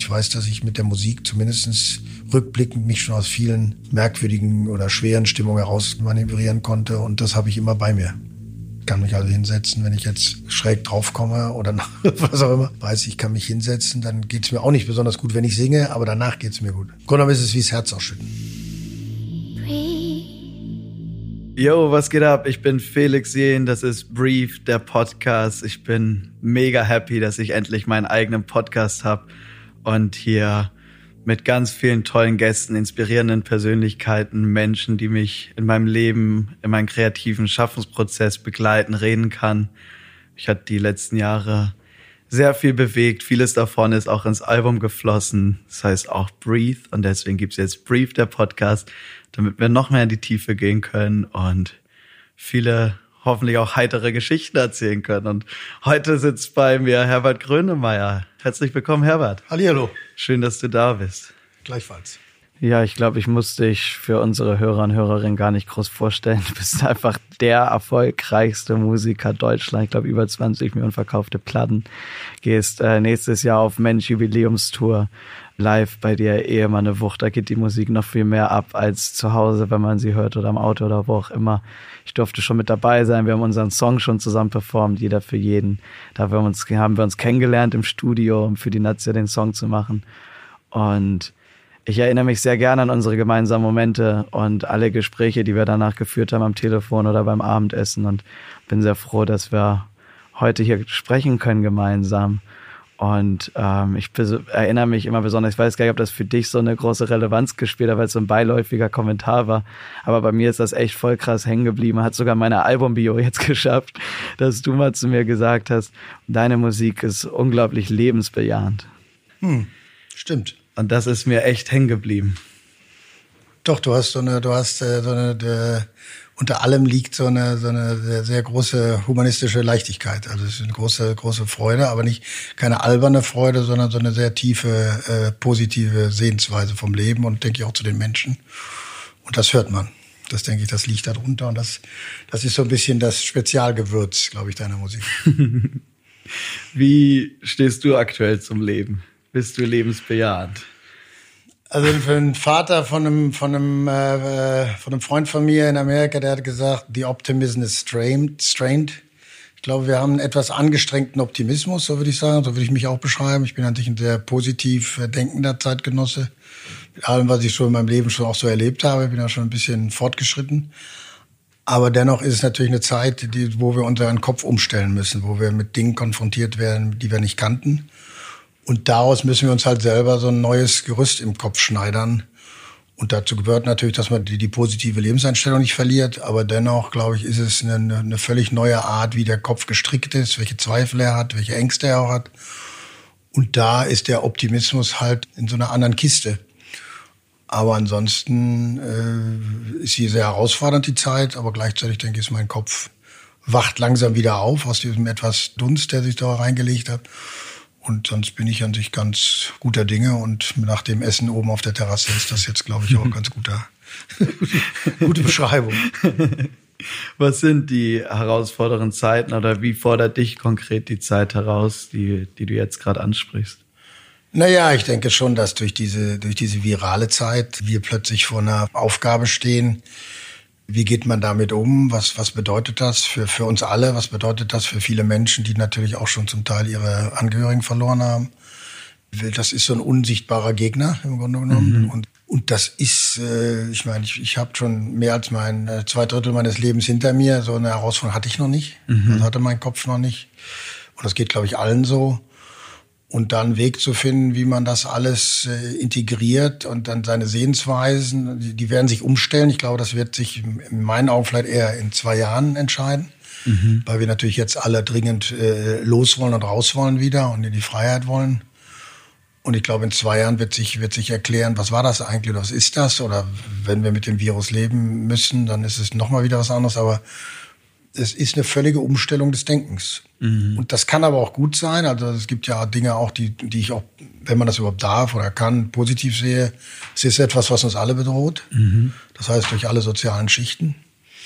Ich weiß, dass ich mit der Musik zumindest rückblickend mich schon aus vielen merkwürdigen oder schweren Stimmungen heraus manövrieren konnte. Und das habe ich immer bei mir. Ich kann mich also hinsetzen, wenn ich jetzt schräg drauf komme oder was auch immer. Weiß ich, kann mich hinsetzen, dann geht es mir auch nicht besonders gut, wenn ich singe, aber danach geht es mir gut. Im Grunde genommen ist es wie das Herz ausschütten. Yo, was geht ab? Ich bin Felix Jähn, das ist Brief, der Podcast. Ich bin mega happy, dass ich endlich meinen eigenen Podcast habe und hier mit ganz vielen tollen Gästen, inspirierenden Persönlichkeiten, Menschen, die mich in meinem Leben, in meinem kreativen Schaffensprozess begleiten, reden kann. Ich hatte die letzten Jahre sehr viel bewegt. Vieles davon ist auch ins Album geflossen. Das heißt auch Breathe. Und deswegen gibt's jetzt Brief, der Podcast, damit wir noch mehr in die Tiefe gehen können und viele hoffentlich auch heitere Geschichten erzählen können. Und heute sitzt bei mir Herbert Grönemeyer. Herzlich willkommen, Herbert. Hallihallo. Schön, dass du da bist. Gleichfalls. Ja, ich glaube, ich muss dich für unsere Hörer und Hörerinnen gar nicht groß vorstellen. Du bist einfach der erfolgreichste Musiker Deutschlands. Ich glaube, über 20 Millionen verkaufte Platten. Gehst nächstes Jahr auf Mensch Jubiläumstour. Live bei dir Ehemann eine Wucht. Da geht die Musik noch viel mehr ab als zu Hause, wenn man sie hört oder im Auto oder wo auch immer. Ich durfte schon mit dabei sein. Wir haben unseren Song schon zusammen performt, jeder für jeden. Da haben wir uns kennengelernt im Studio, um für die Nazia den Song zu machen. Und ich erinnere mich sehr gerne an unsere gemeinsamen Momente und alle Gespräche, die wir danach geführt haben am Telefon oder beim Abendessen. Und bin sehr froh, dass wir heute hier sprechen können gemeinsam. Und ich erinnere mich immer besonders, ich weiß gar nicht, ob das für dich so eine große Relevanz gespielt hat, weil es so ein beiläufiger Kommentar war. Aber bei mir ist das echt voll krass hängen geblieben. Hat sogar meine Albumbio jetzt geschafft, dass du mal zu mir gesagt hast, deine Musik ist unglaublich lebensbejahend. Stimmt. Und das ist mir echt hängen geblieben. Doch, unter allem liegt so eine sehr große humanistische Leichtigkeit. Also es ist eine große Freude, aber keine alberne Freude, sondern so eine sehr tiefe, positive Sehensweise vom Leben und denke ich auch zu den Menschen. Und das hört man. Das denke ich, das liegt darunter und das ist so ein bisschen das Spezialgewürz, glaube ich, deiner Musik. Wie stehst du aktuell zum Leben? Bist du lebensbejahend? Also für einen Vater von einem Freund von mir in Amerika, der hat gesagt, the optimism is strained. Ich glaube, wir haben einen etwas angestrengten Optimismus, so würde ich sagen, so würde ich mich auch beschreiben. Ich bin natürlich ein sehr positiv denkender Zeitgenosse. Mit allem, was ich schon in meinem Leben schon auch so erlebt habe, ich bin ja schon ein bisschen fortgeschritten. Aber dennoch ist es natürlich eine Zeit, wo wir unseren Kopf umstellen müssen, wo wir mit Dingen konfrontiert werden, die wir nicht kannten. Und daraus müssen wir uns halt selber so ein neues Gerüst im Kopf schneidern. Und dazu gehört natürlich, dass man die positive Lebenseinstellung nicht verliert. Aber dennoch, glaube ich, ist es eine völlig neue Art, wie der Kopf gestrickt ist, welche Zweifel er hat, welche Ängste er auch hat. Und da ist der Optimismus halt in so einer anderen Kiste. Aber ansonsten ist sie sehr herausfordernd, die Zeit. Aber gleichzeitig, denke ich, ist mein Kopf wacht langsam wieder auf aus diesem etwas Dunst, der sich da reingelegt hat. Und sonst bin ich an sich ganz guter Dinge. Und nach dem Essen oben auf der Terrasse ist das jetzt, glaube ich, auch ganz gute Beschreibung. Was sind die herausfordernden Zeiten oder wie fordert dich konkret die Zeit heraus, die du jetzt gerade ansprichst? Naja, ich denke schon, dass durch diese virale Zeit wir plötzlich vor einer Aufgabe stehen. Wie geht man damit um? Was bedeutet das für uns alle? Was bedeutet das für viele Menschen, die natürlich auch schon zum Teil ihre Angehörigen verloren haben? Das ist so ein unsichtbarer Gegner im Grunde genommen. Und das ist, ich meine, ich habe schon mehr als 2/3 meines Lebens hinter mir. So eine Herausforderung hatte ich noch nicht. Das hatte mein Kopf noch nicht. Und das geht, glaube ich, allen so. Und dann einen Weg zu finden, wie man das alles integriert und dann seine Sehensweisen, die werden sich umstellen. Ich glaube, das wird sich in meinen Augen vielleicht eher in 2 Jahren entscheiden, weil wir natürlich jetzt alle dringend los wollen und raus wollen wieder und in die Freiheit wollen. Und ich glaube, in 2 Jahren wird sich erklären, was war das eigentlich oder was ist das? Oder wenn wir mit dem Virus leben müssen, dann ist es nochmal wieder was anderes. Aber es ist eine völlige Umstellung des Denkens. Und das kann aber auch gut sein. Also es gibt ja Dinge auch, die ich auch, wenn man das überhaupt darf oder kann, positiv sehe. Es ist etwas, was uns alle bedroht. Das heißt, durch alle sozialen Schichten.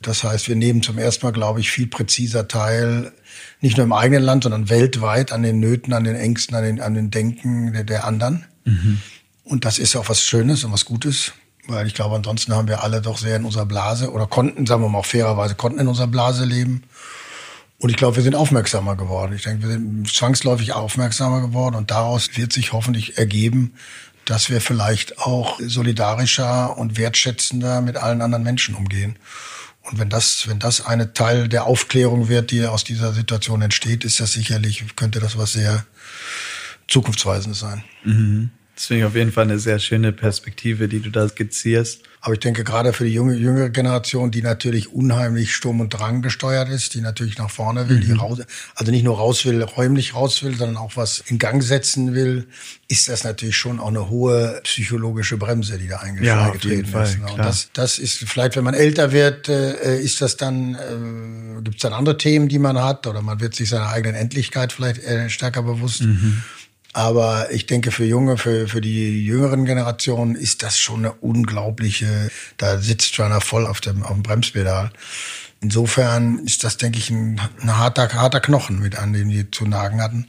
Das heißt, wir nehmen zum ersten Mal, glaube ich, viel präziser teil, nicht nur im eigenen Land, sondern weltweit an den Nöten, an den Ängsten, an den Denken der anderen. Mhm. Und das ist auch was Schönes und was Gutes, weil ich glaube, ansonsten haben wir alle doch sehr in unserer Blase oder konnten, sagen wir mal auch fairerweise, in unserer Blase leben. Und ich glaube, wir sind aufmerksamer geworden. Ich denke, wir sind zwangsläufig aufmerksamer geworden und daraus wird sich hoffentlich ergeben, dass wir vielleicht auch solidarischer und wertschätzender mit allen anderen Menschen umgehen. Und wenn das eine Teil der Aufklärung wird, die aus dieser Situation entsteht, ist das sicherlich, könnte das was sehr Zukunftsweisendes sein. Mhm. Das finde ich auf jeden Fall eine sehr schöne Perspektive, die du da skizzierst. Aber ich denke, gerade für die jüngere Generation, die natürlich unheimlich Sturm und Drang gesteuert ist, die natürlich nach vorne will, die raus, also nicht nur räumlich raus will, sondern auch was in Gang setzen will, ist das natürlich schon auch eine hohe psychologische Bremse, die da eingetreten ist. Und das ist vielleicht, wenn man älter wird, ist das dann, gibt es dann andere Themen, die man hat, oder man wird sich seiner eigenen Endlichkeit vielleicht stärker bewusst. Mhm. Aber ich denke, für die jüngeren Generationen ist das schon eine unglaubliche, da sitzt schon einer voll auf dem Bremspedal. Insofern ist das, denke ich, ein harter Knochen, mit an dem die zu nagen hatten.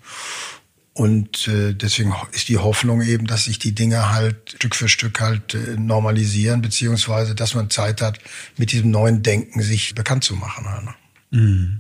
Und deswegen ist die Hoffnung eben, dass sich die Dinge halt Stück für Stück halt normalisieren, beziehungsweise, dass man Zeit hat, mit diesem neuen Denken sich bekannt zu machen. Mhm.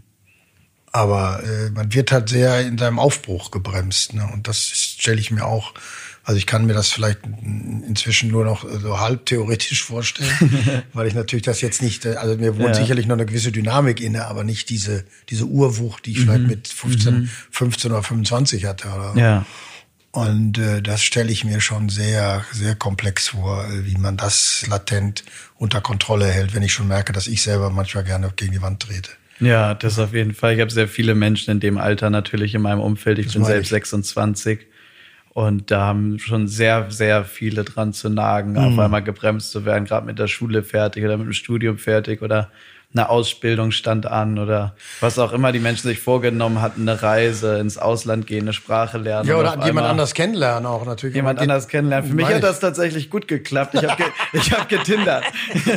Aber man wird halt sehr in seinem Aufbruch gebremst. Ne? Und das stelle ich mir auch, also ich kann mir das vielleicht inzwischen nur noch so halb theoretisch vorstellen, weil ich natürlich das jetzt nicht, also mir wohnt sicherlich noch eine gewisse Dynamik inne, aber nicht diese Urwucht, die ich vielleicht mit 15 oder 25 hatte. Oder? Ja. Und das stelle ich mir schon sehr, sehr komplex vor, wie man das latent unter Kontrolle hält, wenn ich schon merke, dass ich selber manchmal gerne gegen die Wand trete. Ja, das auf jeden Fall. Ich habe sehr viele Menschen in dem Alter natürlich in meinem Umfeld. Ich bin selbst 26 und da haben schon sehr, sehr viele dran zu nagen, auf einmal gebremst zu werden, gerade mit der Schule fertig oder mit dem Studium fertig oder eine Ausbildung stand an oder was auch immer die Menschen sich vorgenommen hatten, eine Reise ins Ausland gehen, eine Sprache lernen. Ja, oder jemand anders kennenlernen auch natürlich. Jemand anders kennenlernen. Für mich hat das tatsächlich gut geklappt. Ich hab getindert.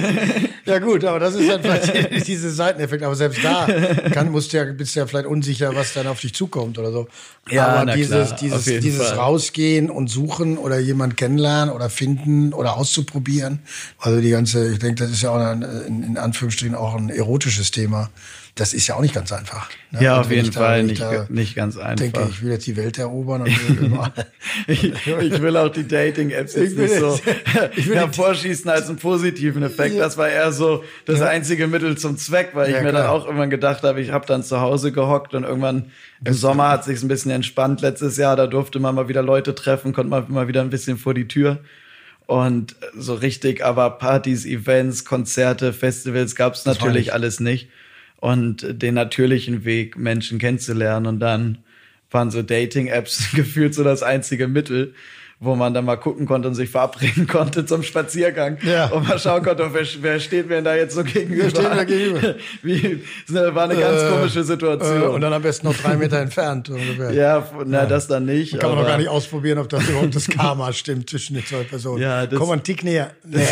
Ja gut, aber das ist dann vielleicht diese Seiteneffekt. Aber selbst da bist du ja vielleicht unsicher, was dann auf dich zukommt oder so. Ja, aber dieses Rausgehen und suchen oder jemand kennenlernen oder finden oder auszuprobieren. Also ich denke, das ist ja auch in Anführungsstrichen auch ein erotisches Thema. Das ist ja auch nicht ganz einfach. Ne? Ja, auf jeden Fall nicht ganz einfach. Ich denke, ich will jetzt die Welt erobern. Und ich will auch die Dating-Apps jetzt nicht so hervorschießen als einen positiven Effekt. Ja. Das war eher so das einzige Mittel zum Zweck, weil ich mir dann auch irgendwann gedacht habe, ich habe dann zu Hause gehockt und irgendwann im Sommer hat sich's ein bisschen entspannt letztes Jahr. Da durfte man mal wieder Leute treffen, konnte man mal wieder ein bisschen vor die Tür. Und so richtig, aber Partys, Events, Konzerte, Festivals gab's natürlich alles nicht. Und den natürlichen Weg, Menschen kennenzulernen. Und dann waren so Dating-Apps gefühlt so das einzige Mittel, wo man dann mal gucken konnte und sich verabreden konnte zum Spaziergang. Ja. Und mal schauen konnte, wer steht mir denn da jetzt so gegenüber. Wer steht mir gegenüber? War eine ganz komische Situation. Und dann am besten noch 3 Meter entfernt. Ungefähr. Ja, das dann nicht. Kann man doch gar nicht ausprobieren, ob das überhaupt das Karma stimmt zwischen den 2 Personen. Ja, komm mal einen Tick näher.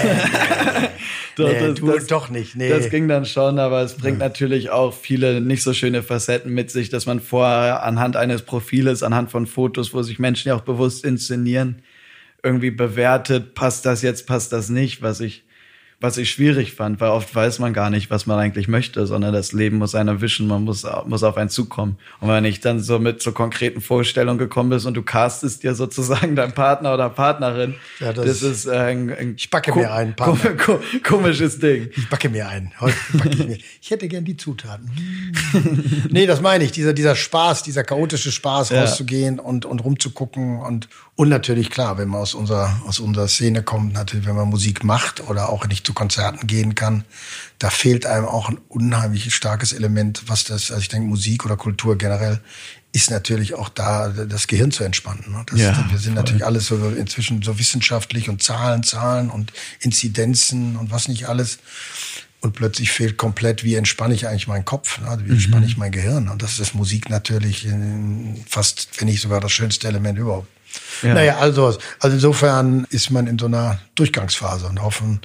Doch nicht. Nee. Das ging dann schon, aber es bringt natürlich auch viele nicht so schöne Facetten mit sich, dass man vorher anhand eines Profiles, anhand von Fotos, wo sich Menschen ja auch bewusst inszenieren, irgendwie bewertet, passt das jetzt, passt das nicht, was ich schwierig fand, weil oft weiß man gar nicht, was man eigentlich möchte, sondern das Leben muss einen erwischen, man muss auf einen zukommen. Und wenn ich dann so mit so konkreten Vorstellungen gekommen bist und du castest dir sozusagen deinen Partner oder Partnerin, ja, das ist ich backe mir einen Partner. Komisches Ding. Ich backe mir einen. Heute backe ich mir. Ich hätte gern die Zutaten. Nee, das meine ich. Dieser Spaß, dieser chaotische Spaß, rauszugehen und rumzugucken und natürlich klar, wenn man aus unserer Szene kommt, natürlich, wenn man Musik macht oder auch nicht zu Konzerten gehen kann, da fehlt einem auch ein unheimlich starkes Element, also ich denke, Musik oder Kultur generell ist natürlich auch da, das Gehirn zu entspannen. Ne? Wir sind natürlich alles so inzwischen so wissenschaftlich und Zahlen und Inzidenzen und was nicht alles. Und plötzlich fehlt komplett, wie entspanne ich eigentlich meinen Kopf, ne? Wie entspanne ich mein Gehirn. Und das ist Musik natürlich fast, wenn nicht sogar das schönste Element überhaupt. Ja. Naja, also insofern ist man in so einer Durchgangsphase und hoffen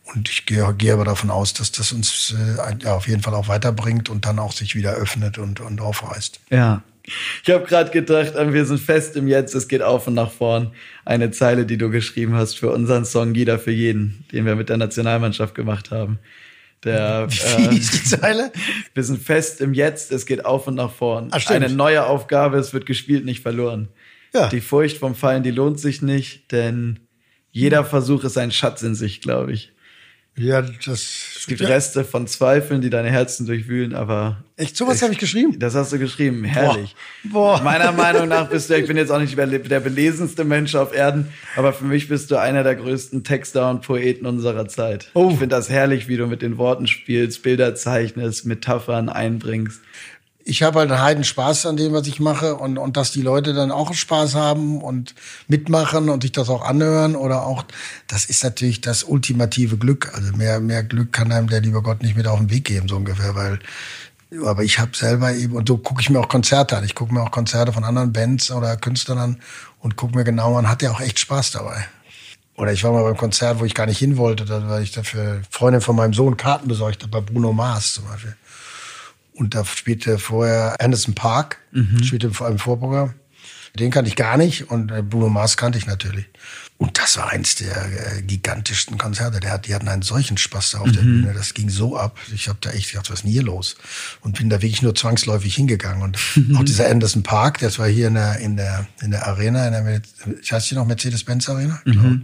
Und ich gehe aber davon aus, dass das uns auf jeden Fall auch weiterbringt und dann auch sich wieder öffnet und aufreißt. Ja. Ich habe gerade gedacht, wir sind fest im Jetzt, es geht auf und nach vorn. Eine Zeile, die du geschrieben hast für unseren Song Jeder für jeden, den wir mit der Nationalmannschaft gemacht haben. Wie ist die Zeile? Wir sind fest im Jetzt, es geht auf und nach vorn. Stimmt. Eine neue Aufgabe, es wird gespielt, nicht verloren. Ja. Die Furcht vom Fallen, die lohnt sich nicht, denn jeder Versuch ist ein Schatz in sich, glaube ich. Ja, Es gibt Reste von Zweifeln, die deine Herzen durchwühlen, aber... Echt, sowas habe ich geschrieben? Das hast du geschrieben, herrlich. Boah. Meiner Meinung nach bist du, ich bin jetzt auch nicht der belesenste Mensch auf Erden, aber für mich bist du einer der größten Texter und Poeten unserer Zeit. Oh. Ich finde das herrlich, wie du mit den Worten spielst, Bilder zeichnest, Metaphern einbringst. Ich habe halt einen Heidenspaß an dem, was ich mache und dass die Leute dann auch Spaß haben und mitmachen und sich das auch anhören oder auch, das ist natürlich das ultimative Glück. Also mehr Glück kann einem der liebe Gott nicht mit auf den Weg geben, so ungefähr, aber ich habe selber eben, und so gucke ich mir auch Konzerte an. Ich gucke mir auch Konzerte von anderen Bands oder Künstlern an und gucke mir genau an, hat der auch echt Spaß dabei. Oder ich war mal beim Konzert, wo ich gar nicht hin wollte, weil ich dafür Freundin von meinem Sohn Karten besorgt habe, bei Bruno Mars zum Beispiel. Und da spielte vorher Anderson .Paak, spielte vor allem Vorprogramm. Den kannte ich gar nicht und Bruno Mars kannte ich natürlich. Und das war eins der gigantischsten Konzerte. Die hatten einen solchen Spaß da auf der Bühne. Das ging so ab. Ich habe da echt gedacht, was ist denn hier los? Und bin da wirklich nur zwangsläufig hingegangen. Und auch dieser Anderson .Paak, das war hier in der Arena, ich heißt die noch Mercedes-Benz Arena?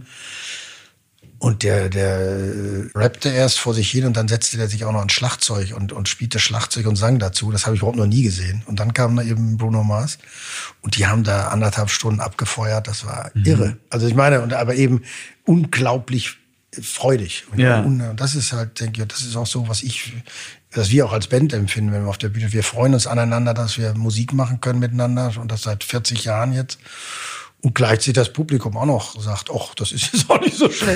Und der rappte erst vor sich hin und dann setzte der sich auch noch ans Schlagzeug und spielte Schlagzeug und sang dazu. Das habe ich überhaupt noch nie gesehen. Und dann kam da eben Bruno Mars und die haben da 1,5 Stunden abgefeuert. Das war irre. Also ich meine, aber eben unglaublich freudig. Und das ist halt, denke ich, das ist auch so, was wir auch als Band empfinden, wenn wir auf der Bühne, wir freuen uns aneinander, dass wir Musik machen können miteinander und das seit 40 Jahren jetzt. Und gleichzeitig das Publikum auch noch sagt, ach, das ist jetzt auch nicht so schlecht.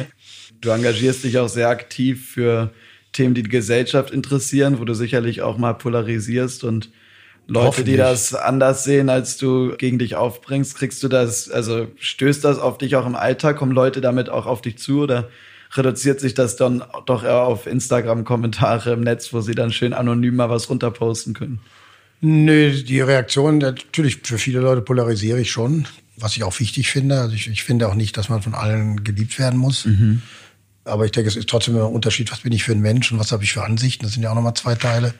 Du engagierst dich auch sehr aktiv für Themen, die Gesellschaft interessieren, wo du sicherlich auch mal polarisierst und Leute, die das anders sehen, als du gegen dich aufbringst. Kriegst du das, also stößt das auf dich auch im Alltag? Kommen Leute damit auch auf dich zu oder reduziert sich das dann doch eher auf Instagram-Kommentare im Netz, wo sie dann schön anonym mal was runterposten können? Nö, die Reaktion, natürlich für viele Leute polarisiere ich schon, was ich auch wichtig finde. Also ich finde auch nicht, dass man von allen geliebt werden muss. Aber ich denke, es ist trotzdem ein Unterschied, was bin ich für ein Mensch und was habe ich für Ansichten. Das sind ja auch nochmal 2 Teile.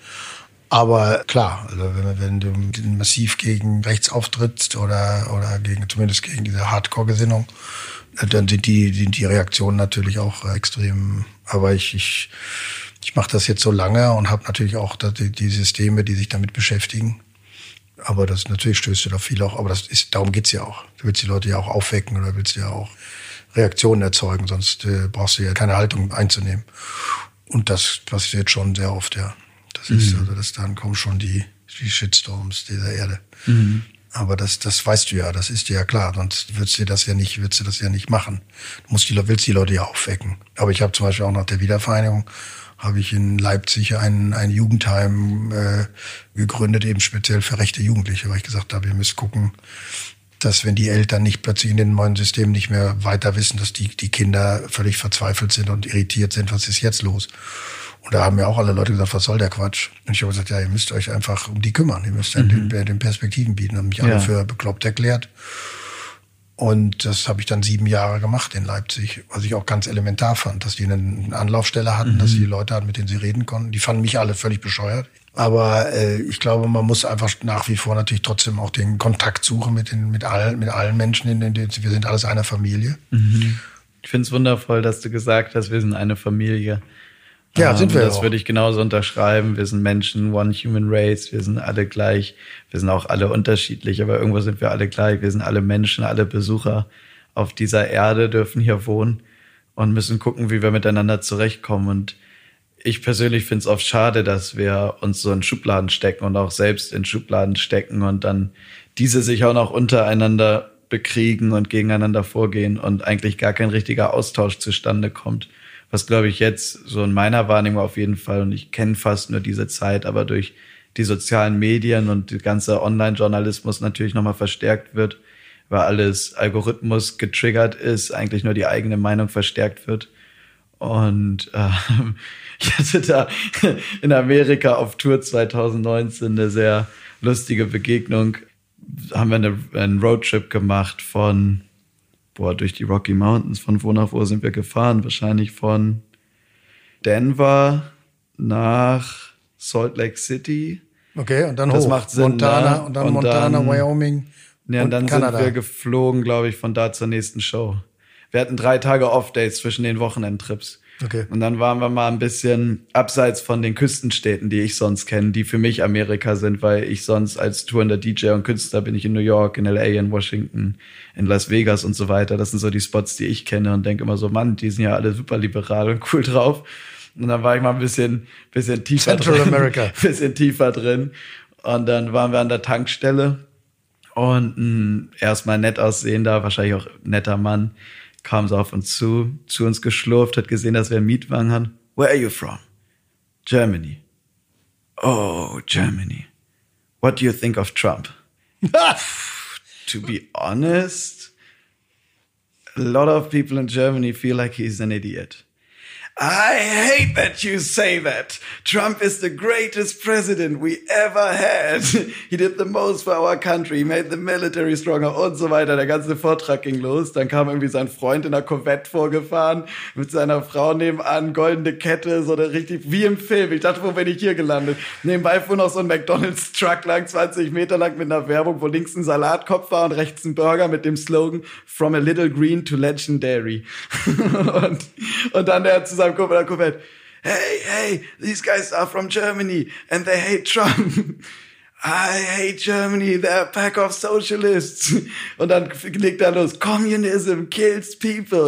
Aber klar, also wenn du massiv gegen rechts auftrittst oder zumindest gegen diese Hardcore-Gesinnung, dann sind die Reaktionen natürlich auch extrem. Aber ich mache das jetzt so lange und habe natürlich auch die Systeme, die sich damit beschäftigen. Aber das natürlich stößt du da viel auch. Aber darum geht's ja auch. Du willst die Leute ja auch aufwecken oder willst ja auch Reaktionen erzeugen, sonst brauchst du ja keine Haltung einzunehmen. Und das passiert schon sehr oft, ja. Das ist, also dann kommen schon die Shitstorms dieser Erde. Aber das weißt du ja, das ist dir ja klar, sonst würdest du das ja nicht machen. Du willst die Leute ja aufwecken. Aber ich habe zum Beispiel auch nach der Wiedervereinigung habe ich in Leipzig ein Jugendheim gegründet, eben speziell für rechte Jugendliche, weil ich gesagt habe, ihr müsst gucken, dass wenn die Eltern nicht plötzlich in den neuen Systemen nicht mehr weiter wissen, dass die Kinder völlig verzweifelt sind und irritiert sind, was ist jetzt los? Und da haben ja auch alle Leute gesagt, was soll der Quatsch? Und ich habe gesagt, ja, ihr müsst euch einfach um die kümmern, ihr müsst den Perspektiven bieten. Haben mich alle für bekloppt erklärt. Und das habe ich dann 7 Jahre gemacht in Leipzig, was ich auch ganz elementar fand, dass die eine Anlaufstelle hatten, dass die Leute hatten, mit denen sie reden konnten. Die fanden mich alle völlig bescheuert. Aber ich glaube, man muss einfach nach wie vor natürlich trotzdem auch den Kontakt suchen mit allen Menschen. Wir sind alles eine Familie. Ich finde es wundervoll, dass du gesagt hast, wir sind eine Familie. Ja, sind wir das auch. würde ich genauso unterschreiben. Wir sind Menschen, one human race. Wir sind alle gleich. Wir sind auch alle unterschiedlich, aber irgendwo sind wir alle gleich. Wir sind alle Menschen, alle Besucher auf dieser Erde, dürfen hier wohnen und müssen gucken, wie wir miteinander zurechtkommen. Und ich persönlich finde es oft schade, dass wir uns so in Schubladen stecken und auch selbst in Schubladen stecken und dann diese sich auch noch untereinander bekriegen und gegeneinander vorgehen und eigentlich gar kein richtiger Austausch zustande kommt. Was, glaube ich, jetzt so in meiner Wahrnehmung auf jeden Fall, und ich kenne fast nur diese Zeit, aber durch die sozialen Medien und der ganze Online-Journalismus natürlich nochmal verstärkt wird, weil alles Algorithmus getriggert ist, eigentlich nur die eigene Meinung verstärkt wird. Und ich hatte da in Amerika auf Tour 2019 eine sehr lustige Begegnung. Haben wir einen Roadtrip gemacht durch die Rocky Mountains. Von wo nach wo sind wir gefahren? Wahrscheinlich von Denver nach Salt Lake City. Okay, und dann das hoch. Macht Sinn, Montana, ne? und dann Montana, Wyoming. Ja, und dann Kanada. Sind wir geflogen, glaube ich, von da zur nächsten Show. Wir hatten 3 Tage Off-Days zwischen den Wochenendtrips. Okay. Und dann waren wir mal ein bisschen abseits von den Küstenstädten, die ich sonst kenne, die für mich Amerika sind, weil ich sonst als tourender DJ und Künstler bin ich in New York, in LA, in Washington, in Las Vegas und so weiter. Das sind so die Spots, die ich kenne und denke immer so, Mann, die sind ja alle super liberal und cool drauf. Und dann war ich mal ein bisschen tiefer Central drin. America. Bisschen tiefer drin. Und dann waren wir an der Tankstelle und ein erstmal nett aussehender, wahrscheinlich auch netter Mann, kam so auf uns zu uns geschlurft, hat gesehen, dass wir einen Mietwagen haben. Where are you from? Germany. Oh, Germany. What do you think of Trump? To be honest, a lot of people in Germany feel like he's an idiot. I hate that you say that. Trump is the greatest president we ever had. He did the most for our country. He made the military stronger und so weiter. Der ganze Vortrag ging los. Dann kam irgendwie sein Freund in einer Corvette vorgefahren mit seiner Frau nebenan, goldene Kette, so eine richtig wie im Film. Ich dachte, wo bin ich hier gelandet? Nebenbei fuhr noch so ein McDonald's-Truck lang, 20 Meter lang mit einer Werbung, wo links ein Salatkopf war und rechts ein Burger mit dem Slogan From a little green to legendary. und dann der zu seinem Kumpel, hey, these guys are from Germany and they hate Trump. I hate Germany, they're a pack of socialists. Und dann legt er los, Communism kills people,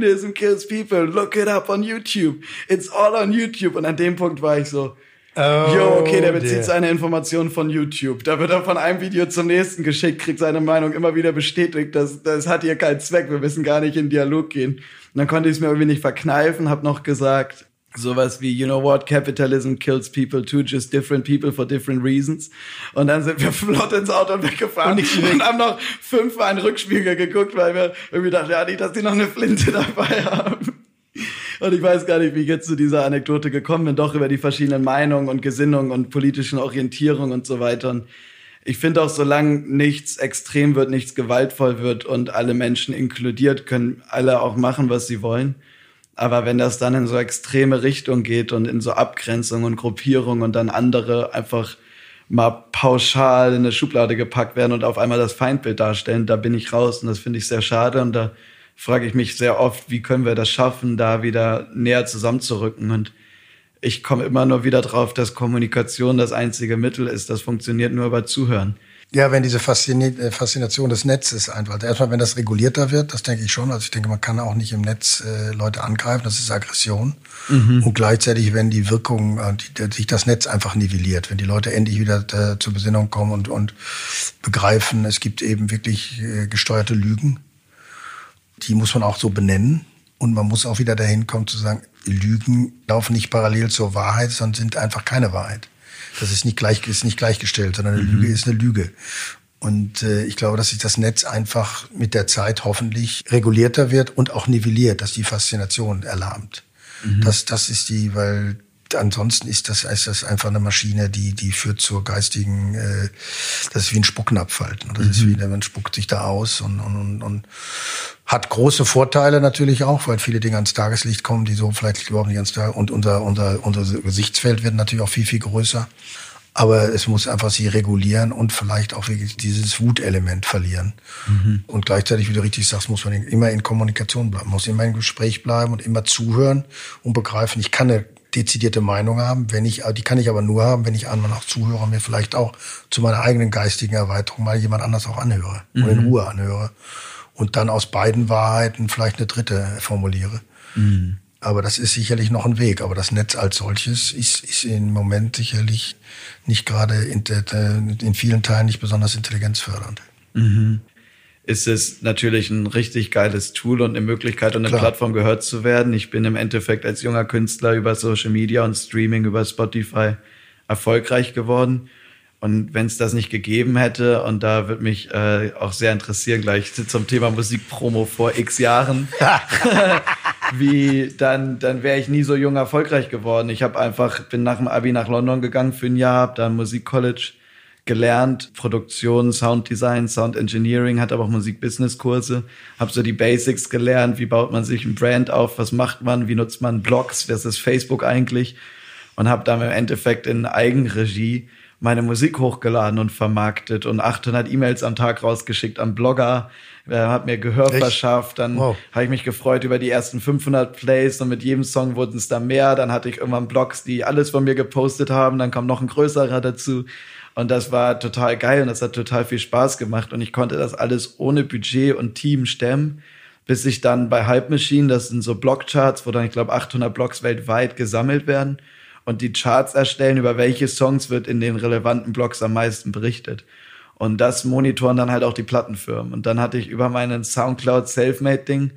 look it up on YouTube, it's all on YouTube. Und an dem Punkt war ich so, okay, der bezieht seine Informationen von YouTube. Da wird er von einem Video zum nächsten geschickt, kriegt seine Meinung immer wieder bestätigt, das hat hier keinen Zweck, wir müssen gar nicht in Dialog gehen. Und dann konnte ich es mir irgendwie nicht verkneifen, hab noch gesagt, sowas wie, you know what, capitalism kills people too, just different people for different reasons. Und dann sind wir flott ins Auto und weggefahren und haben noch 5-mal einen Rückspiegel geguckt, weil wir irgendwie dachten, ja, nicht, dass die noch eine Flinte dabei haben. Und ich weiß gar nicht, wie ich jetzt zu dieser Anekdote gekommen bin, doch über die verschiedenen Meinungen und Gesinnungen und politischen Orientierungen und so weiter. Und ich finde auch, solange nichts extrem wird, nichts gewaltvoll wird und alle Menschen inkludiert, können alle auch machen, was sie wollen. Aber wenn das dann in so extreme Richtung geht und in so Abgrenzung und Gruppierung und dann andere einfach mal pauschal in eine Schublade gepackt werden und auf einmal das Feindbild darstellen, da bin ich raus und das finde ich sehr schade und da frage ich mich sehr oft, wie können wir das schaffen, da wieder näher zusammenzurücken. Und ich komme immer nur wieder drauf, dass Kommunikation das einzige Mittel ist. Das funktioniert nur über Zuhören. Ja, wenn diese Faszination des Netzes einfach, erstmal wenn das regulierter wird, das denke ich schon. Also ich denke, man kann auch nicht im Netz Leute angreifen, das ist Aggression. Mhm. Und gleichzeitig, wenn die Wirkung, sich das Netz einfach nivelliert, wenn die Leute endlich wieder zur Besinnung kommen und begreifen, es gibt eben wirklich gesteuerte Lügen, die muss man auch so benennen. Und man muss auch wieder dahin kommen zu sagen, Lügen laufen nicht parallel zur Wahrheit, sondern sind einfach keine Wahrheit. Das ist nicht gleichgestellt, sondern eine Lüge ist eine Lüge. Und ich glaube, dass sich das Netz einfach mit der Zeit hoffentlich regulierter wird und auch nivelliert, dass die Faszination erlahmt. Mhm. Das ist weil ansonsten ist das einfach eine Maschine, die führt zur geistigen, das ist wie ein Spucknapf halt. Das ist wie, man spuckt sich da aus und hat große Vorteile natürlich auch, weil viele Dinge ans Tageslicht kommen, die so vielleicht überhaupt nicht ans Tageslicht, und unser Gesichtsfeld wird natürlich auch viel, viel größer. Aber es muss einfach sich regulieren und vielleicht auch wirklich dieses Wutelement verlieren. Mhm. Und gleichzeitig, wie du richtig sagst, muss man immer in Kommunikation bleiben, muss immer im Gespräch bleiben und immer zuhören und begreifen, ich kann eine dezidierte Meinung haben, die kann ich aber nur haben, wenn ich einmal auch zuhöre und mir vielleicht auch zu meiner eigenen geistigen Erweiterung mal jemand anders auch anhöre und in Ruhe anhöre und dann aus beiden Wahrheiten vielleicht eine dritte formuliere. Mhm. Aber das ist sicherlich noch ein Weg. Aber das Netz als solches ist im Moment sicherlich nicht gerade in vielen Teilen nicht besonders intelligenzfördernd. Mhm. Ist es natürlich ein richtig geiles Tool und eine Möglichkeit und eine Plattform gehört zu werden. Ich bin im Endeffekt als junger Künstler über Social Media und Streaming, über Spotify erfolgreich geworden. Und wenn es das nicht gegeben hätte, und da würde mich auch sehr interessieren, gleich zum Thema Musikpromo vor x Jahren, dann wäre ich nie so jung erfolgreich geworden. Bin nach dem Abi nach London gegangen für ein Jahr, habe da ein Musikcollege gelernt, Produktion, Sounddesign, Sound Engineering, hatte aber auch Musik-Business-Kurse, habe so die Basics gelernt, wie baut man sich ein Brand auf, was macht man, wie nutzt man Blogs, was ist Facebook eigentlich, und habe dann im Endeffekt in Eigenregie meine Musik hochgeladen und vermarktet und 800 E-Mails am Tag rausgeschickt an Blogger, habe mir Gehör verschafft, dann habe ich mich gefreut über die ersten 500 Plays und mit jedem Song wurden es dann mehr, dann hatte ich irgendwann Blogs, die alles von mir gepostet haben, dann kam noch ein größerer dazu. Und das war total geil und das hat total viel Spaß gemacht. Und ich konnte das alles ohne Budget und Team stemmen, bis ich dann bei Hype Machine, das sind so Blogcharts, wo dann, ich glaube, 800 Blogs weltweit gesammelt werden und die Charts erstellen, über welche Songs wird in den relevanten Blogs am meisten berichtet. Und das monitoren dann halt auch die Plattenfirmen. Und dann hatte ich über meinen Soundcloud Selfmade-Ding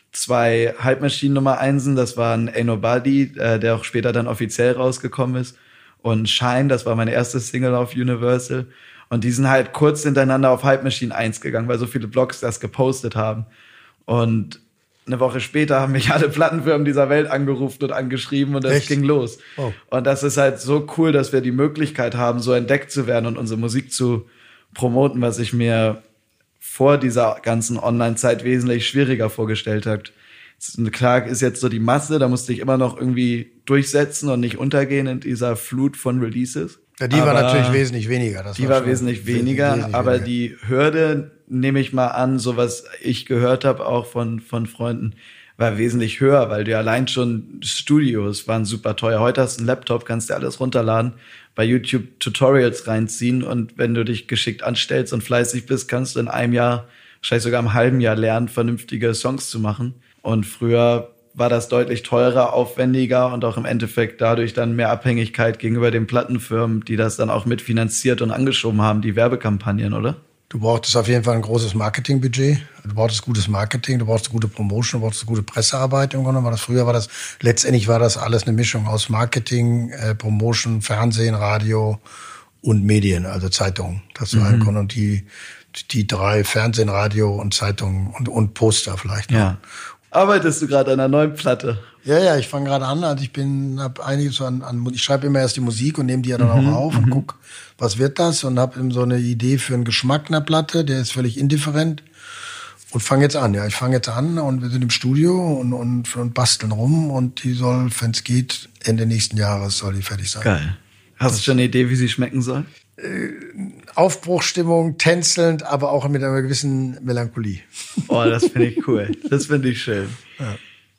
2 Hype Machine Nummer 1, das waren Ain't Nobody, der auch später dann offiziell rausgekommen ist. Und Shine, das war meine erste Single auf Universal. Und die sind halt kurz hintereinander auf Hype Machine 1 gegangen, weil so viele Blogs das gepostet haben. Und eine Woche später haben mich alle Plattenfirmen dieser Welt angerufen und angeschrieben und das ging los. Oh. Und das ist halt so cool, dass wir die Möglichkeit haben, so entdeckt zu werden und unsere Musik zu promoten, was ich mir vor dieser ganzen Online-Zeit wesentlich schwieriger vorgestellt habe. Klar ist jetzt so die Masse, da musste ich immer noch irgendwie durchsetzen und nicht untergehen in dieser Flut von Releases. Ja, die war natürlich wesentlich weniger. Die war wesentlich weniger, aber die Hürde, nehme ich mal an, so was ich gehört habe auch von Freunden, war wesentlich höher, weil du allein schon Studios waren super teuer. Heute hast du einen Laptop, kannst dir alles runterladen, bei YouTube Tutorials reinziehen und wenn du dich geschickt anstellst und fleißig bist, kannst du in einem Jahr, wahrscheinlich sogar im halben Jahr lernen, vernünftige Songs zu machen. Und früher war das deutlich teurer, aufwendiger und auch im Endeffekt dadurch dann mehr Abhängigkeit gegenüber den Plattenfirmen, die das dann auch mitfinanziert und angeschoben haben, die Werbekampagnen, oder? Du brauchtest auf jeden Fall ein großes Marketingbudget. Du brauchtest gutes Marketing, du brauchst gute Promotion, du brauchst gute Pressearbeit. Im Grunde letztendlich war das alles eine Mischung aus Marketing, Promotion, Fernsehen, Radio und Medien, also Zeitungen. Das war im Grunde und die 3, Fernsehen, Radio und Zeitungen und Poster vielleicht noch. Ja. Arbeitest du gerade an einer neuen Platte? Ja, ich fange gerade an. Also habe einiges ich schreibe immer erst die Musik und nehme die ja dann auch auf und guck, was wird das? Und habe so eine Idee für einen Geschmack einer Platte, der ist völlig indifferent. Und fange jetzt an, ich fange jetzt an und wir sind im Studio und basteln rum und die soll, wenn es geht, Ende nächsten Jahres soll die fertig sein. Geil. Hast du schon eine Idee, wie sie schmecken soll? Aufbruchstimmung, tänzelnd, aber auch mit einer gewissen Melancholie. Oh, das finde ich cool. Das finde ich schön. Ja.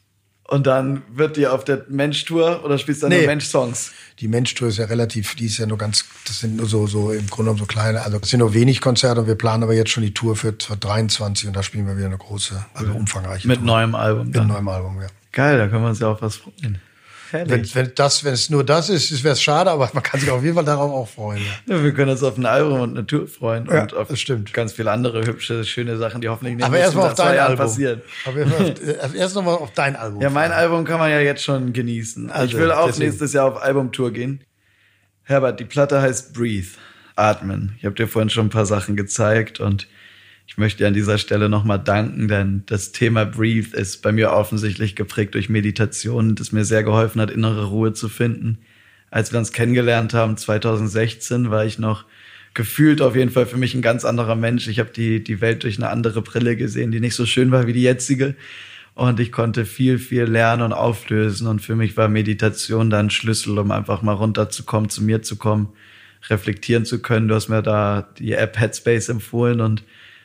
Und dann wird die auf der Mensch-Tour oder spielst du dann nur Mensch-Songs? Die Mensch-Tour ist ja die ist ja nur das sind nur so im Grunde genommen so kleine, also das sind nur wenig Konzerte und wir planen aber jetzt schon die Tour für 23 und da spielen wir wieder eine große, also umfangreiche Mit Tour. Neuem Album. Mit neuem Album, ja. Geil, da können wir uns ja auf was freuen. Wenn es nur das ist, wäre es schade, aber man kann sich auf jeden Fall darauf auch freuen. Ja, wir können uns auf ein Album und eine Tour freuen und auf das stimmt. Ganz viele andere hübsche, schöne Sachen, die hoffentlich in den nächsten erstmal auf dein Album passieren. Aber erst nochmal auf dein Album. Ja, mein Album kann man ja jetzt schon genießen. Also, ich will auch nächstes Jahr auf Albumtour gehen. Herbert, die Platte heißt Breathe, Atmen. Ich habe dir vorhin schon ein paar Sachen gezeigt und ich möchte an dieser Stelle nochmal danken, denn das Thema Breathe ist bei mir offensichtlich geprägt durch Meditation, das mir sehr geholfen hat, innere Ruhe zu finden. Als wir uns kennengelernt haben, 2016, war ich noch gefühlt auf jeden Fall für mich ein ganz anderer Mensch. Ich habe die Welt durch eine andere Brille gesehen, die nicht so schön war wie die jetzige. Und ich konnte viel, viel lernen und auflösen. Und für mich war Meditation dann ein Schlüssel, um einfach mal runterzukommen, zu mir zu kommen, reflektieren zu können. Du hast mir da die App Headspace empfohlen und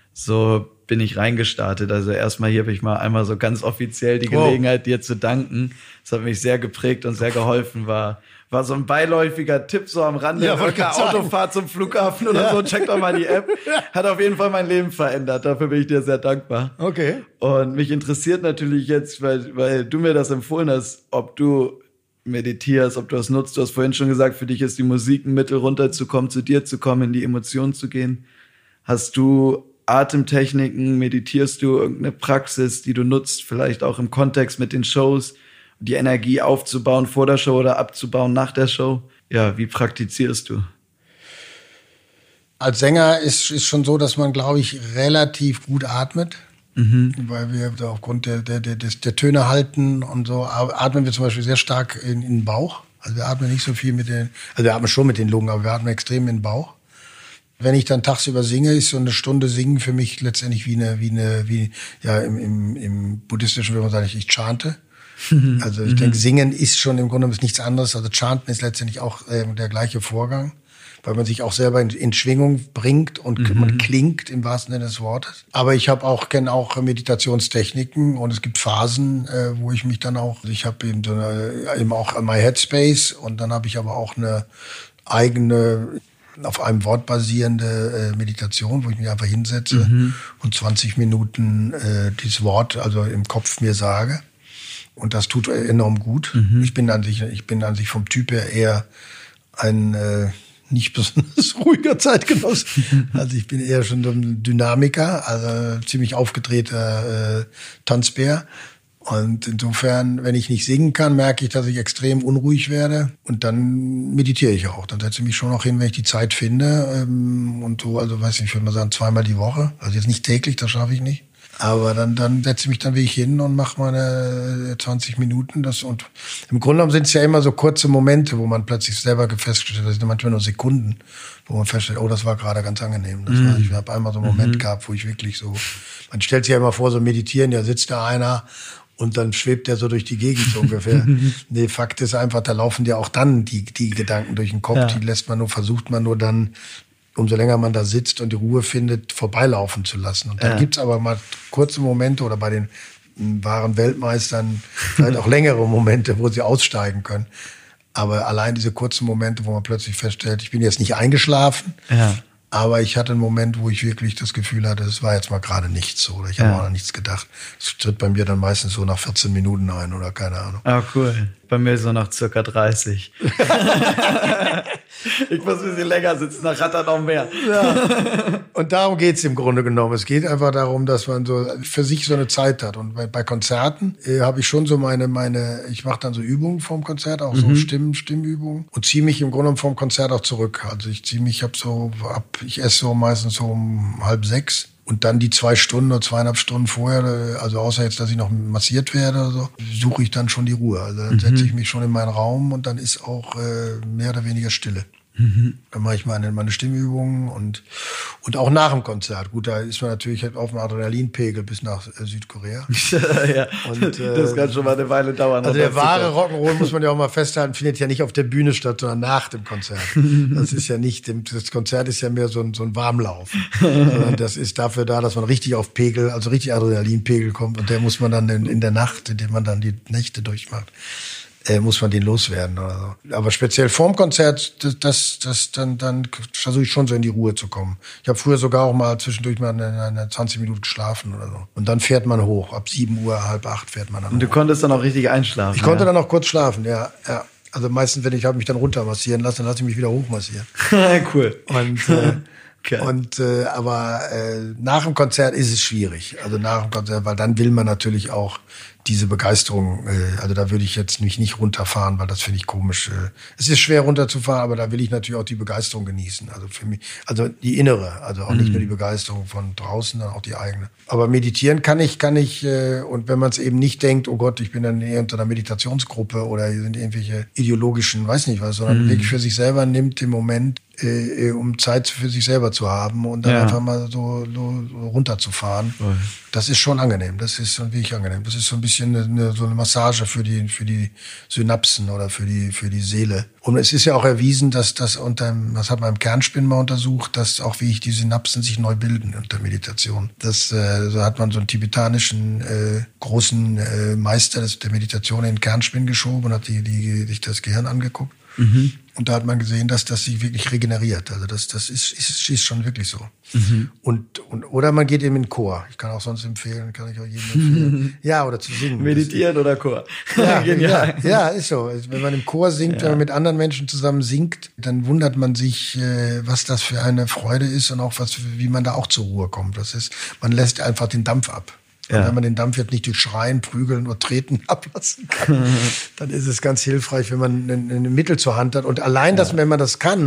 so bin ich reingestartet. Also erstmal hier habe ich mal einmal so ganz offiziell die Gelegenheit, dir zu danken. Das hat mich sehr geprägt und sehr geholfen. War so ein beiläufiger Tipp so am Rande. Ja, Autofahrt zum Flughafen oder so. Check doch mal die App. Hat auf jeden Fall mein Leben verändert. Dafür bin ich dir sehr dankbar. Okay. Und mich interessiert natürlich jetzt, weil du mir das empfohlen hast, ob du meditierst, ob du das nutzt. Du hast vorhin schon gesagt, für dich ist die Musik ein Mittel, runterzukommen, zu dir zu kommen, in die Emotionen zu gehen. Hast du Atemtechniken, meditierst du irgendeine Praxis, die du nutzt, vielleicht auch im Kontext mit den Shows, die Energie aufzubauen vor der Show oder abzubauen nach der Show? Ja, wie praktizierst du? Als Sänger ist schon so, dass man, glaube ich, relativ gut atmet. weil wir da aufgrund der Töne halten und so, atmen wir zum Beispiel sehr stark in den Bauch. Also wir atmen nicht so viel also wir atmen schon mit den Lungen, aber wir atmen extrem in den Bauch. Wenn ich dann tagsüber singe, ist so eine Stunde Singen für mich letztendlich wie im Buddhistischen würde man sagen, ich chante. Also ich denke, Singen ist schon im Grunde nichts anderes. Also Chanten ist letztendlich auch der gleiche Vorgang, weil man sich auch selber in Schwingung bringt und man klingt im wahrsten Sinne des Wortes. Aber ich kenne auch Meditationstechniken und es gibt Phasen, wo ich mich dann auch, ich habe eben auch My Headspace und dann habe ich aber auch eine eigene, auf einem Wort basierende Meditation, wo ich mich einfach hinsetze und 20 Minuten dieses Wort also im Kopf mir sage. Und das tut enorm gut. Ich bin an sich vom Typ her eher ein nicht besonders ruhiger Zeitgenosse. Also ich bin eher schon so ein Dynamiker, also ziemlich aufgedrehter Tanzbär. Und insofern, wenn ich nicht singen kann, merke ich, dass ich extrem unruhig werde. Und dann meditiere ich auch. Dann setze ich mich schon noch hin, wenn ich die Zeit finde. Und so, also weiß nicht, ich würde mal sagen, 2-mal die Woche. Also jetzt nicht täglich, das schaffe ich nicht. Aber dann setze ich mich dann wirklich hin und mache meine 20 Minuten. Und im Grunde genommen sind es ja immer so kurze Momente, wo man plötzlich selber festgestellt hat, das sind manchmal nur Sekunden, wo man feststellt, oh, das war gerade ganz angenehm. Ich habe einmal so einen Moment gehabt, wo ich wirklich so, man stellt sich ja immer vor, so meditieren, ja sitzt da einer und dann schwebt der so durch die Gegend so ungefähr. Nee, Fakt ist einfach, da laufen ja auch dann die Gedanken durch den Kopf, die versucht man nur dann, umso länger man da sitzt und die Ruhe findet, vorbeilaufen zu lassen. Und dann gibt's aber mal kurze Momente oder bei den wahren Weltmeistern vielleicht auch längere Momente, wo sie aussteigen können. Aber allein diese kurzen Momente, wo man plötzlich feststellt, ich bin jetzt nicht eingeschlafen, aber ich hatte einen Moment, wo ich wirklich das Gefühl hatte, es war jetzt mal gerade nichts so, oder ich habe auch an nichts gedacht. Es tritt bei mir dann meistens so nach 14 Minuten ein oder keine Ahnung. Ah, cool. Bei mir so nach circa 30. Ich muss ein bisschen länger sitzen, nach rattert noch mehr. Ja. Und darum geht's im Grunde genommen. Es geht einfach darum, dass man so für sich so eine Zeit hat. Und bei Konzerten habe ich schon so ich mache dann so Übungen vorm Konzert, auch so Stimmübungen und ziehe mich im Grunde genommen vorm Konzert auch zurück. Also ich esse so meistens so um 5:30. Und dann die 2 Stunden oder 2,5 Stunden vorher, also außer jetzt, dass ich noch massiert werde oder so, suche ich dann schon die Ruhe. Also dann setze ich mich schon in meinen Raum und dann ist auch mehr oder weniger Stille. Dann mache ich meine Stimmübungen und auch nach dem Konzert. Gut, da ist man natürlich auf dem Adrenalinpegel bis nach Südkorea. Ja, und, das kann schon mal eine Weile dauern. Also der wahre Rock'n'Roll, muss man ja auch mal festhalten, findet ja nicht auf der Bühne statt, sondern nach dem Konzert. Das ist ja nicht, das Konzert ist ja mehr so ein Warmlauf. Sondern das ist dafür da, dass man richtig auf Pegel, also richtig Adrenalinpegel kommt und der muss man dann in der Nacht, indem man dann die Nächte durchmacht, muss man den loswerden oder so. Aber speziell vorm Konzert, dann versuche ich schon so in die Ruhe zu kommen. Ich habe früher sogar auch mal zwischendurch mal eine 20 Minuten geschlafen oder so. Und dann fährt man hoch. Ab 7 Uhr, 7:30 fährt man dann hoch. Und du konntest dann auch richtig einschlafen? Ich konnte dann auch kurz schlafen, ja. Also meistens, wenn ich habe mich dann runter massieren lassen, dann lasse ich mich wieder hochmassieren. Cool. Aber nach dem Konzert ist es schwierig. Also nach dem Konzert, weil dann will man natürlich auch diese Begeisterung, also da würde ich jetzt mich nicht runterfahren, weil das finde ich komisch. Es ist schwer runterzufahren, aber da will ich natürlich auch die Begeisterung genießen. Also für mich, also die innere, also auch nicht nur die Begeisterung von draußen, sondern auch die eigene. Aber meditieren kann ich, und wenn man es eben nicht denkt, oh Gott, ich bin dann eher unter einer Meditationsgruppe oder hier sind irgendwelche ideologischen, weiß nicht was, sondern wirklich für sich selber nimmt den Moment, um Zeit für sich selber zu haben und dann einfach mal so runterzufahren. Das ist schon angenehm. Das ist schon wirklich angenehm. Das ist so ein bisschen so eine Massage für die Synapsen oder für die Seele. Und es ist ja auch erwiesen, dass das hat man im Kernspin mal untersucht, dass auch wie die Synapsen sich neu bilden unter Meditation. So hat man so einen tibetanischen großen Meister der Meditation in den Kernspin geschoben und hat sich das Gehirn angeguckt. Und da hat man gesehen, dass das sich wirklich regeneriert. Also das ist schon wirklich so. Oder man geht eben in den Chor. Ich kann auch sonst empfehlen, kann ich auch jedem empfehlen. Ja, oder zu singen. Meditieren oder Chor. Ja, genial. Ja, ist so. Wenn man im Chor singt, wenn man mit anderen Menschen zusammen singt, dann wundert man sich, was das für eine Freude ist und auch wie man da auch zur Ruhe kommt. Man lässt einfach den Dampf ab. Und wenn man den Dampf jetzt nicht durch Schreien, Prügeln oder Treten ablassen kann, dann ist es ganz hilfreich, wenn man ein Mittel zur Hand hat. Und allein, wenn man das kann,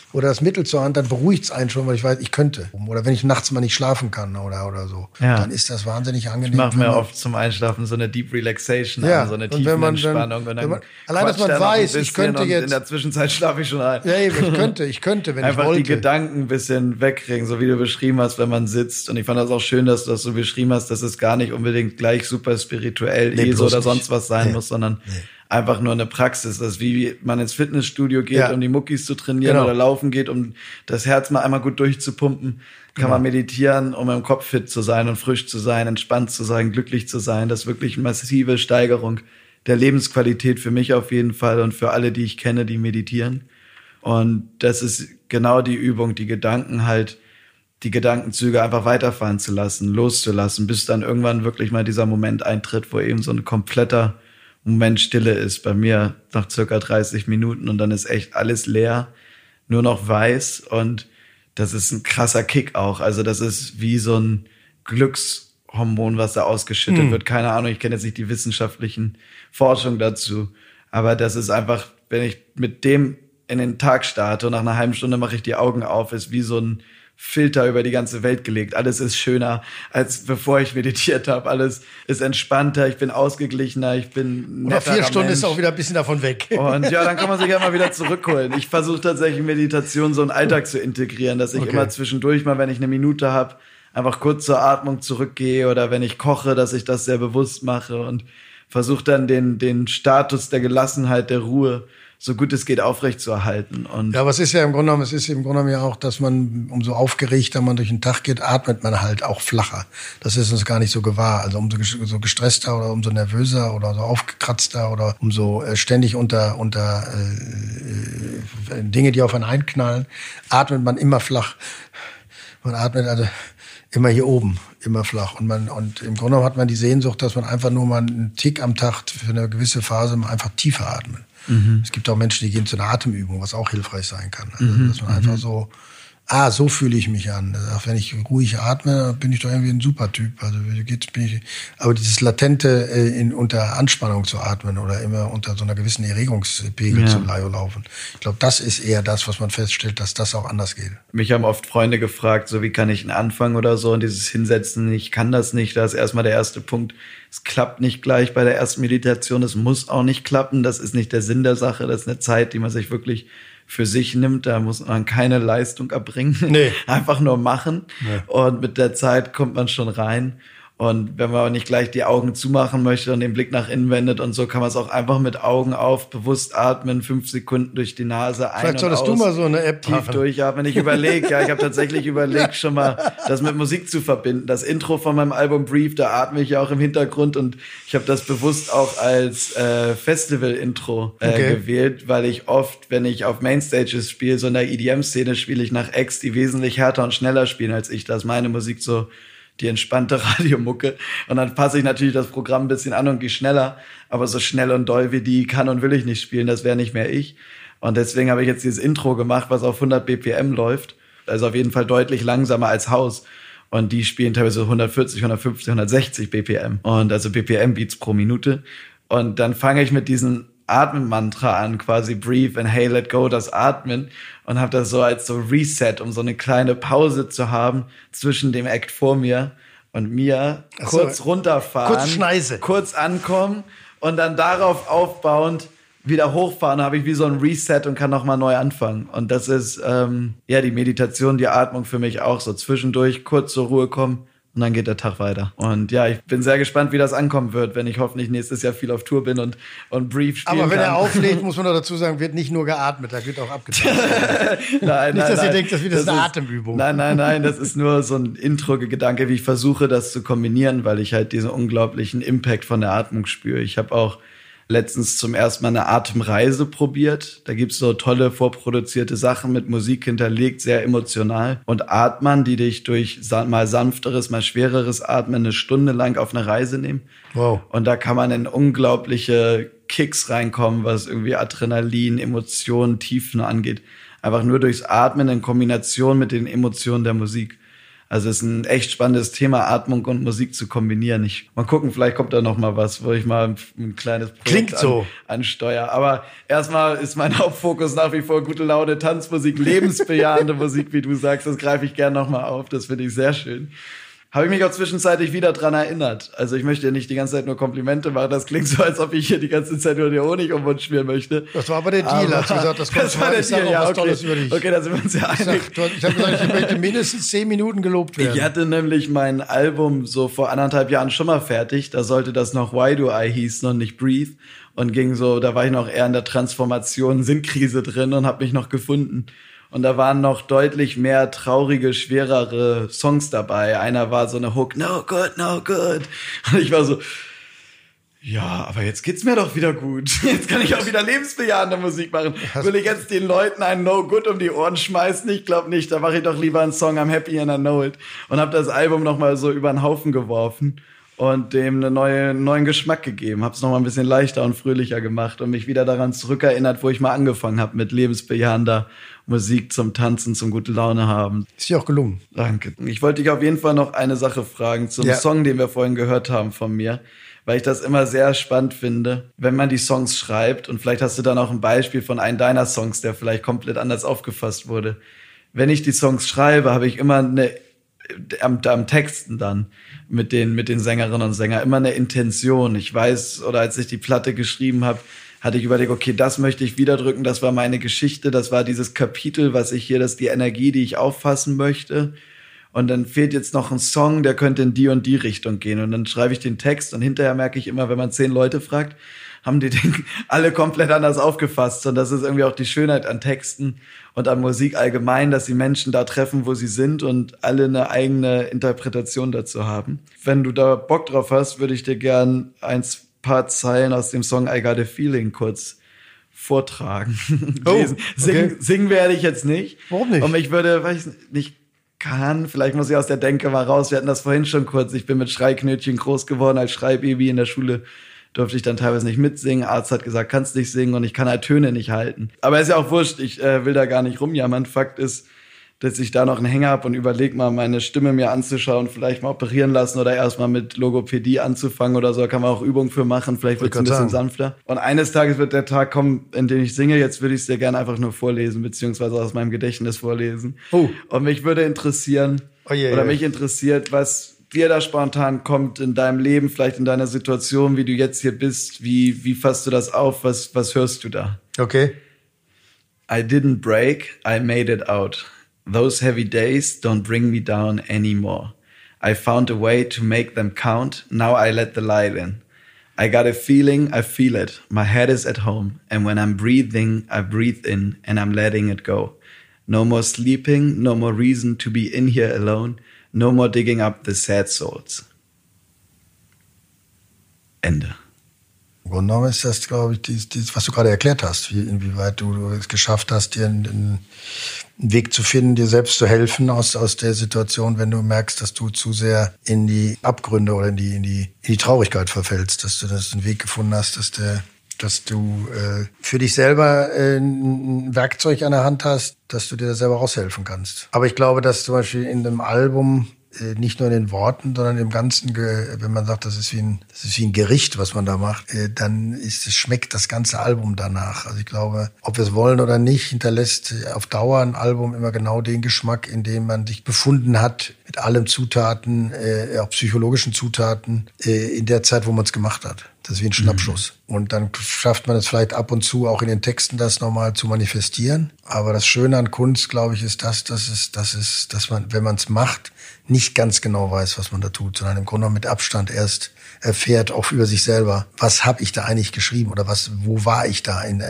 oder das Mittel zur Hand, dann beruhigt es einen schon, weil ich weiß, ich könnte. Oder wenn ich nachts mal nicht schlafen kann oder so, dann ist das wahnsinnig angenehm. Ich mache mir oft zum Einschlafen so eine Deep Relaxation an, so eine tiefe Entspannung. Und dann allein, dass man weiß, ich könnte jetzt... In der Zwischenzeit schlafe ich schon ein. Ja, ich könnte, wenn einfach ich wollte. Die Gedanken ein bisschen wegkriegen, so wie du beschrieben hast, wenn man sitzt. Und ich fand das auch schön, dass du das so beschrieben hast, dass es gar nicht unbedingt gleich super spirituell ESO oder sonst was sein muss, sondern einfach nur eine Praxis. Das ist wie man ins Fitnessstudio geht, um die Muckis zu trainieren oder laufen geht, um das Herz mal einmal gut durchzupumpen. Kann man meditieren, um im Kopf fit zu sein und frisch zu sein, entspannt zu sein, glücklich zu sein. Das ist wirklich eine massive Steigerung der Lebensqualität für mich auf jeden Fall und für alle, die ich kenne, die meditieren. Und das ist genau die Übung, die Gedankenzüge einfach weiterfahren zu lassen, loszulassen, bis dann irgendwann wirklich mal dieser Moment eintritt, wo eben so ein kompletter Moment Stille ist. Bei mir nach circa 30 Minuten und dann ist echt alles leer, nur noch weiß und das ist ein krasser Kick auch. Also das ist wie so ein Glückshormon, was da ausgeschüttet wird. Keine Ahnung, ich kenne jetzt nicht die wissenschaftlichen Forschungen dazu, aber das ist einfach, wenn ich mit dem in den Tag starte und nach einer halben Stunde mache ich die Augen auf, ist wie so ein Filter über die ganze Welt gelegt. Alles ist schöner, als bevor ich meditiert habe. Alles ist entspannter, ich bin ausgeglichener, ich bin netter. Nach 4 Stunden Mensch. Ist auch wieder ein bisschen davon weg. Und ja, dann kann man sich ja mal wieder zurückholen. Ich versuche tatsächlich Meditation so in den Alltag zu integrieren, dass ich immer zwischendurch mal, wenn ich eine Minute habe, einfach kurz zur Atmung zurückgehe oder wenn ich koche, dass ich das sehr bewusst mache und versuche dann den Status der Gelassenheit, der Ruhe so gut es geht aufrechtzuerhalten. Und ja, aber es ist ja im Grunde genommen ja auch, dass man, umso aufgeregter man durch den Tag geht, atmet man halt auch flacher. Das ist uns gar nicht so gewahr. Also umso so gestresster oder umso nervöser oder so aufgekratzter oder umso ständig unter Dinge, die auf einen einknallen, atmet man immer flach. Man atmet also immer hier oben, immer flach. Und im Grunde genommen hat man die Sehnsucht, dass man einfach nur mal einen Tick am Tag für eine gewisse Phase mal einfach tiefer atmet. Es gibt auch Menschen, die gehen zu einer Atemübung, was auch hilfreich sein kann. Also, dass man einfach so fühle ich mich an. Wenn ich ruhig atme, bin ich doch irgendwie ein super Typ. Also aber dieses latente unter Anspannung zu atmen oder immer unter so einer gewissen Erregungspegel zu laufen. Ich glaube, das ist eher das, was man feststellt, dass das auch anders geht. Mich haben oft Freunde gefragt, so wie kann ich einen anfangen oder so und dieses Hinsetzen, ich kann das nicht, das ist erstmal der erste Punkt. Es klappt nicht gleich bei der ersten Meditation, es muss auch nicht klappen, das ist nicht der Sinn der Sache, das ist eine Zeit, die man sich wirklich für sich nimmt, da muss man keine Leistung erbringen, einfach nur machen und mit der Zeit kommt man schon rein. Und wenn man nicht gleich die Augen zumachen möchte und den Blick nach innen wendet und so, kann man es auch einfach mit Augen auf, bewusst atmen, 5 Sekunden durch die Nase ein Vielleicht solltest du mal so eine App tief durchatmen. Ich überlege, ich habe tatsächlich überlegt, schon mal das mit Musik zu verbinden. Das Intro von meinem Album Brief, da atme ich ja auch im Hintergrund und ich habe das bewusst auch als Festival-Intro gewählt, weil ich oft, wenn ich auf Mainstages spiele, so in der EDM-Szene spiele ich nach Acts, die wesentlich härter und schneller spielen als ich. Da ist meine Musik so die entspannte Radiomucke. Und dann passe ich natürlich das Programm ein bisschen an und gehe schneller. Aber so schnell und doll wie die kann und will ich nicht spielen, das wäre nicht mehr ich. Und deswegen habe ich jetzt dieses Intro gemacht, was auf 100 BPM läuft. Also auf jeden Fall deutlich langsamer als House. Und die spielen teilweise 140, 150, 160 BPM. Und also BPM-Beats pro Minute. Und dann fange ich mit diesem Atmen-Mantra an, quasi Breathe and Hey, Let Go, das Atmen und habe das so als so Reset, um so eine kleine Pause zu haben zwischen dem Act vor mir und mir, kurz runterfahren, kurz Schneise, kurz ankommen und dann darauf aufbauend wieder hochfahren, habe ich wie so ein Reset und kann nochmal neu anfangen. Und das ist die Meditation, die Atmung für mich auch so zwischendurch kurz zur Ruhe kommen. Und dann geht der Tag weiter. Und ja, ich bin sehr gespannt, wie das ankommen wird, wenn ich hoffentlich nächstes Jahr viel auf Tour bin und Brief spielen kann. Aber wenn er auflegt, muss man doch dazu sagen, wird nicht nur geatmet, da wird auch abgetanzt. Nein, nicht, dass ihr denkt, das ist eine Atemübung. Nein, das ist nur so ein Intro-Gedanke, wie ich versuche, das zu kombinieren, weil ich halt diesen unglaublichen Impact von der Atmung spüre. Ich habe auch letztens zum ersten Mal eine Atemreise probiert. Da gibt's so tolle vorproduzierte Sachen mit Musik hinterlegt, sehr emotional. Und Atmen, die dich durch mal sanfteres, mal schwereres Atmen 1 Stunde lang auf eine Reise nehmen. Wow. Und da kann man in unglaubliche Kicks reinkommen, was irgendwie Adrenalin, Emotionen, Tiefen angeht. Einfach nur durchs Atmen in Kombination mit den Emotionen der Musik. Also es ist ein echt spannendes Thema, Atmung und Musik zu kombinieren. Mal gucken, vielleicht kommt da noch mal was, wo ich mal ein kleines Projekt ansteuere. Aber erstmal ist mein Hauptfokus nach wie vor gute Laune, Tanzmusik, lebensbejahende Musik, wie du sagst. Das greife ich gerne noch mal auf. Das finde ich sehr schön. Habe ich mich auch zwischenzeitlich wieder dran erinnert. Also ich möchte ja nicht die ganze Zeit nur Komplimente machen. Das klingt so, als ob ich hier die ganze Zeit nur den Honig um den Mund schmieren möchte. Das war aber der Deal, hast du gesagt, das war der Deal, ja, okay. Tolles über dich. Okay, da sind wir uns ja einig. Ich habe gesagt, ich möchte mindestens 10 Minuten gelobt werden. Ich hatte nämlich mein Album so vor 1,5 Jahren schon mal fertig. Da sollte das noch Why Do I hieß, noch nicht Breathe. Und ging so, da war ich noch eher in der Transformation, Sinnkrise drin und habe mich noch gefunden. Und da waren noch deutlich mehr traurige, schwerere Songs dabei. Einer war so eine Hook, no good, no good. Und ich war so, ja, aber jetzt geht's mir doch wieder gut. Jetzt kann ich auch wieder lebensbejahende Musik machen. Will ich jetzt den Leuten einen No Good um die Ohren schmeißen? Ich glaube nicht. Da mache ich doch lieber einen Song I'm Happy and I Know It. Und habe das Album nochmal so über den Haufen geworfen und dem einen neuen Geschmack gegeben. Hab's nochmal ein bisschen leichter und fröhlicher gemacht und mich wieder daran zurückerinnert, wo ich mal angefangen habe mit lebensbejahender Musik zum Tanzen, zum gute Laune haben. Ist dir auch gelungen. Danke. Ich wollte dich auf jeden Fall noch eine Sache fragen zum Song, den wir vorhin gehört haben von mir, weil ich das immer sehr spannend finde, wenn man die Songs schreibt und vielleicht hast du dann auch ein Beispiel von einem deiner Songs, der vielleicht komplett anders aufgefasst wurde. Wenn ich die Songs schreibe, habe ich immer am Texten dann mit den Sängerinnen und Sängern immer eine Intention. Ich weiß, oder als ich die Platte geschrieben habe, hatte ich überlegt, okay, das möchte ich widerdrücken, das war meine Geschichte, das war dieses Kapitel, was ich hier, das ist die Energie, die ich auffassen möchte. Und dann fehlt jetzt noch ein Song, der könnte in die und die Richtung gehen. Und dann schreibe ich den Text und hinterher merke ich immer, wenn man 10 Leute fragt, haben die den alle komplett anders aufgefasst. Und das ist irgendwie auch die Schönheit an Texten und an Musik allgemein, dass die Menschen da treffen, wo sie sind und alle eine eigene Interpretation dazu haben. Wenn du da Bock drauf hast, würde ich dir gern paar Zeilen aus dem Song I Got a Feeling kurz vortragen. Oh, okay. Singen werde ich jetzt nicht. Warum nicht? Und ich würde, weil ich nicht kann, vielleicht muss ich aus der Denke mal raus. Wir hatten das vorhin schon kurz. Ich bin mit Schreiknötchen groß geworden. Als Schreibaby in der Schule durfte ich dann teilweise nicht mitsingen. Arzt hat gesagt, kannst nicht singen und ich kann halt Töne nicht halten. Aber ist ja auch wurscht. Ich will da gar nicht rumjammern. Fakt ist, dass ich da noch einen Hänger habe und überleg mal, meine Stimme mir anzuschauen, vielleicht mal operieren lassen oder erstmal mit Logopädie anzufangen oder so. Da kann man auch Übungen für machen, vielleicht wird es ein bisschen sanfter. Und eines Tages wird der Tag kommen, in dem ich singe. Jetzt würde ich es dir gerne einfach nur vorlesen, beziehungsweise aus meinem Gedächtnis vorlesen. Oh. Und mich würde interessieren, mich interessiert, was dir da spontan kommt in deinem Leben, vielleicht in deiner Situation, wie du jetzt hier bist. Wie fasst du das auf? Was hörst du da? Okay. I didn't break, I made it out. Those heavy days don't bring me down anymore. I found a way to make them count. Now I let the light in. I got a feeling, I feel it. My head is at home. And when I'm breathing, I breathe in and I'm letting it go. No more sleeping, no more reason to be in here alone. No more digging up the sad souls. Ende. Im Grunde genommen ist das, glaube ich, was du gerade erklärt hast, inwieweit du es geschafft hast, dir einen Weg zu finden, dir selbst zu helfen aus der Situation, wenn du merkst, dass du zu sehr in die Abgründe oder in die Traurigkeit verfällst, dass du einen Weg gefunden hast, dass du für dich selber ein Werkzeug an der Hand hast, dass du dir da selber raushelfen kannst. Aber ich glaube, dass zum Beispiel in einem Album nicht nur in den Worten, sondern im Ganzen, wenn man sagt, das ist wie ein Gericht, was man da macht, dann schmeckt das ganze Album danach. Also ich glaube, ob wir es wollen oder nicht, hinterlässt auf Dauer ein Album immer genau den Geschmack, in dem man sich befunden hat, mit allen Zutaten, auch psychologischen Zutaten, in der Zeit, wo man es gemacht hat. Das ist wie ein Schnappschuss. Und dann schafft man es vielleicht ab und zu auch in den Texten, das nochmal zu manifestieren. Aber das Schöne an Kunst, glaube ich, ist dass man, wenn man es macht, nicht ganz genau weiß, was man da tut, sondern im Grunde genommen mit Abstand erst erfährt, auch über sich selber, was habe ich da eigentlich geschrieben oder wo war ich da in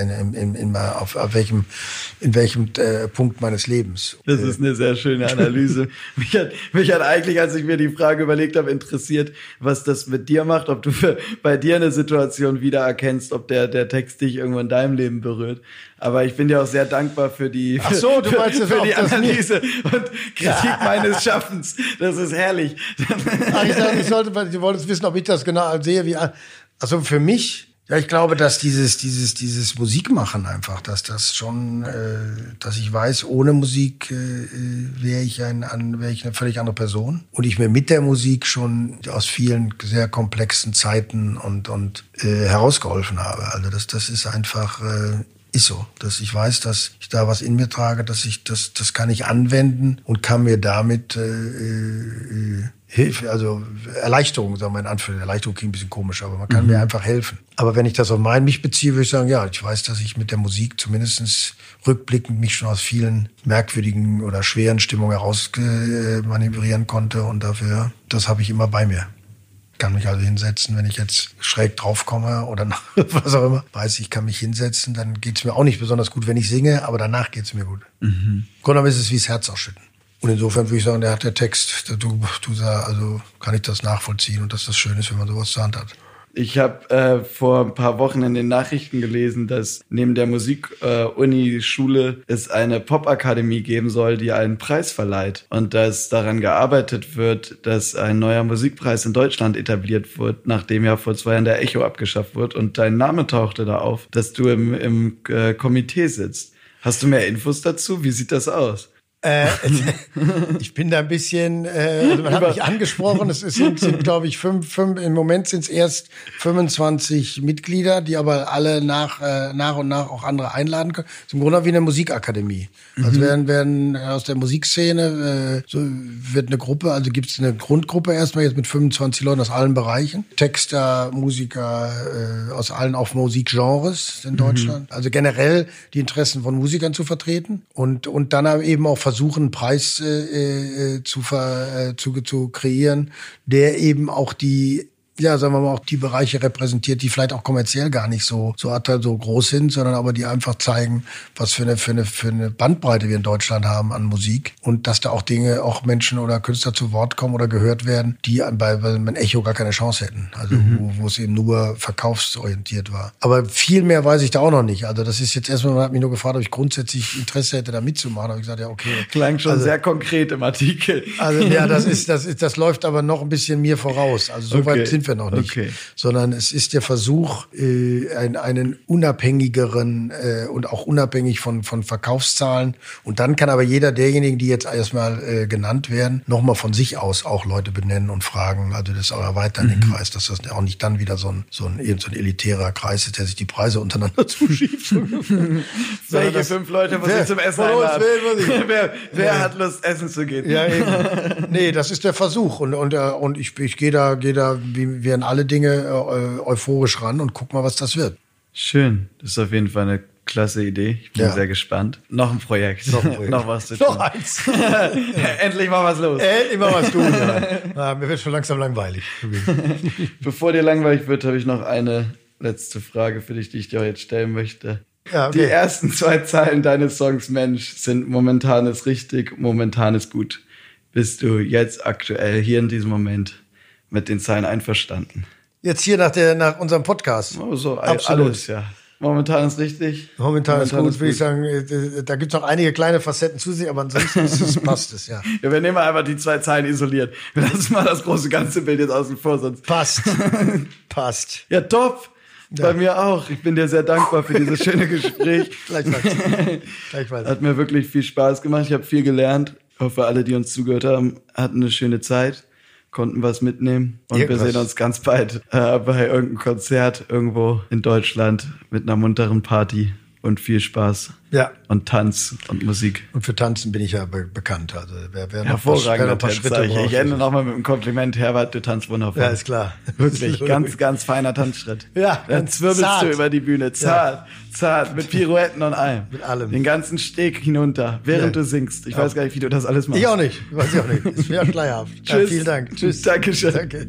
welchem Punkt meines Lebens. Das ist eine sehr schöne Analyse. mich hat eigentlich, als ich mir die Frage überlegt habe, interessiert, was das mit dir macht, ob du bei dir eine Situation wiedererkennst, ob der Text dich irgendwann in deinem Leben berührt. Aber ich bin dir auch sehr dankbar für die Analyse und Kritik meines Schaffens. Das ist herrlich. Ich wollte wissen, ob ich das genau sehe. Also für mich, Ja, ich glaube, dass dieses Musikmachen einfach, dass das schon, dass ich weiß, ohne Musik wäre ich eine völlig andere Person. Und ich mir mit der Musik schon aus vielen sehr komplexen Zeiten und herausgeholfen habe. Also das ist einfach, ist so. Dass ich weiß, dass ich da was in mir trage, das kann ich anwenden und kann mir damit Hilfe, also Erleichterung, sagen wir in Anführungszeichen. Erleichterung klingt ein bisschen komisch, aber man kann mir einfach helfen. Aber wenn ich das auf mich beziehe, würde ich sagen, ja, ich weiß, dass ich mit der Musik zumindest rückblickend mich schon aus vielen merkwürdigen oder schweren Stimmungen heraus manövrieren konnte und dafür, das habe ich immer bei mir. Ich kann mich also hinsetzen, wenn ich jetzt schräg draufkomme oder was auch immer, weiß ich, kann mich hinsetzen, dann geht's mir auch nicht besonders gut, wenn ich singe, aber danach geht's mir gut. Im Grunde genommen ist es wie das Herz ausschütten. Und insofern würde ich sagen, der Text, also kann ich das nachvollziehen und dass das schön ist, wenn man sowas zur Hand hat. Ich habe vor ein paar Wochen in den Nachrichten gelesen, dass neben der Musik-Uni-Schule es eine Popakademie geben soll, die einen Preis verleiht. Und dass daran gearbeitet wird, dass ein neuer Musikpreis in Deutschland etabliert wird, nachdem ja vor 2 Jahren der Echo abgeschafft wird. Und dein Name tauchte da auf, dass du im Komitee sitzt. Hast du mehr Infos dazu? Wie sieht das aus? Ich bin da ein bisschen, also man hat mich angesprochen, es sind glaube ich, im Moment sind es erst 25 Mitglieder, die aber alle nach und nach auch andere einladen können. Das ist im Grunde wie eine Musikakademie. Also werden aus der Musikszene, so wird eine Gruppe, also gibt es eine Grundgruppe erstmal jetzt mit 25 Leuten aus allen Bereichen. Texter, Musiker, aus allen auch Musikgenres in Deutschland. Also generell die Interessen von Musikern zu vertreten und dann aber eben auch versuchen, einen Preis zu kreieren, der eben auch sagen wir mal, auch die Bereiche repräsentiert, die vielleicht auch kommerziell gar nicht so groß sind, sondern aber die einfach zeigen, was für eine Bandbreite wir in Deutschland haben an Musik und dass da auch Menschen oder Künstler zu Wort kommen oder gehört werden, die bei einem Echo gar keine Chance hätten. Also wo es eben nur verkaufsorientiert war. Aber viel mehr weiß ich da auch noch nicht. Also das ist jetzt erstmal, man hat mich nur gefragt, ob ich grundsätzlich Interesse hätte, da mitzumachen. Da habe ich gesagt, ja, okay. Klang schon sehr konkret im Artikel. Also ja, das läuft aber noch ein bisschen mir voraus. Also so weit sind wir noch nicht, sondern es ist der Versuch, einen unabhängigeren und auch unabhängig von Verkaufszahlen. Und dann kann aber jeder derjenigen, die jetzt erstmal genannt werden, nochmal von sich aus auch Leute benennen und fragen. Also das auch erweitern den Kreis, dass das auch nicht dann wieder so ein elitärer Kreis ist, der sich die Preise untereinander zuschiebt. Welche 5 Leute muss ich zum Essen einladen? Wer hat Lust, essen zu gehen? Ja, eben. Nee, das ist der Versuch. Und ich gehe da wie an alle Dinge euphorisch ran und guck mal, was das wird. Schön. Das ist auf jeden Fall eine klasse Idee. Ich bin sehr gespannt. Noch ein Projekt. Noch was zu tun. Noch eins. Endlich mal was los. Endlich mal was tun, ja. Mir wird schon langsam langweilig. Bevor dir langweilig wird, habe ich noch eine letzte Frage für dich, die ich dir jetzt stellen möchte. Ja, okay. Die ersten 2 Zeilen deines Songs Mensch sind momentan ist richtig, momentan ist gut. Bist du jetzt aktuell hier in diesem Moment mit den Zeilen einverstanden? Jetzt hier nach unserem Podcast. Oh, so absolut. Alles, ja. Momentan ist richtig. Momentan ist gut, würde ich sagen. Da gibt es noch einige kleine Facetten zu sich, aber ansonsten passt es, ja. Ja, wir nehmen einfach die 2 Zeilen isoliert. Wir lassen mal das große ganze Bild jetzt außen vor, sonst. Passt. Ja, top. Ja. Bei mir auch. Ich bin dir sehr dankbar für dieses schöne Gespräch. Gleichfalls. Hat mir wirklich viel Spaß gemacht. Ich habe viel gelernt. Ich hoffe, alle, die uns zugehört haben, hatten eine schöne Zeit, konnten was mitnehmen. Und wir sehen uns ganz bald bei irgendeinem Konzert irgendwo in Deutschland mit einer munteren Party und viel Spaß. Ja. Und Tanz und Musik. Und für Tanzen bin ich ja bekannt. Also wer hervorragender Tänzer. Ich ende nochmal mit einem Kompliment. Herbert, du tanzt wundervoll. Ja, ist klar. Wirklich, ganz, ganz feiner Tanzschritt. Ja, dann zwirbelst du über die Bühne. Zart, mit Pirouetten und allem. Mit allem. Den ganzen Steg hinunter, während du singst. Ich weiß gar nicht, wie du das alles machst. Ich auch nicht. Weiß ich auch nicht. Ist mir schleierhaft. Tschüss. Ja, vielen Dank. Tschüss. Dankeschön. Danke.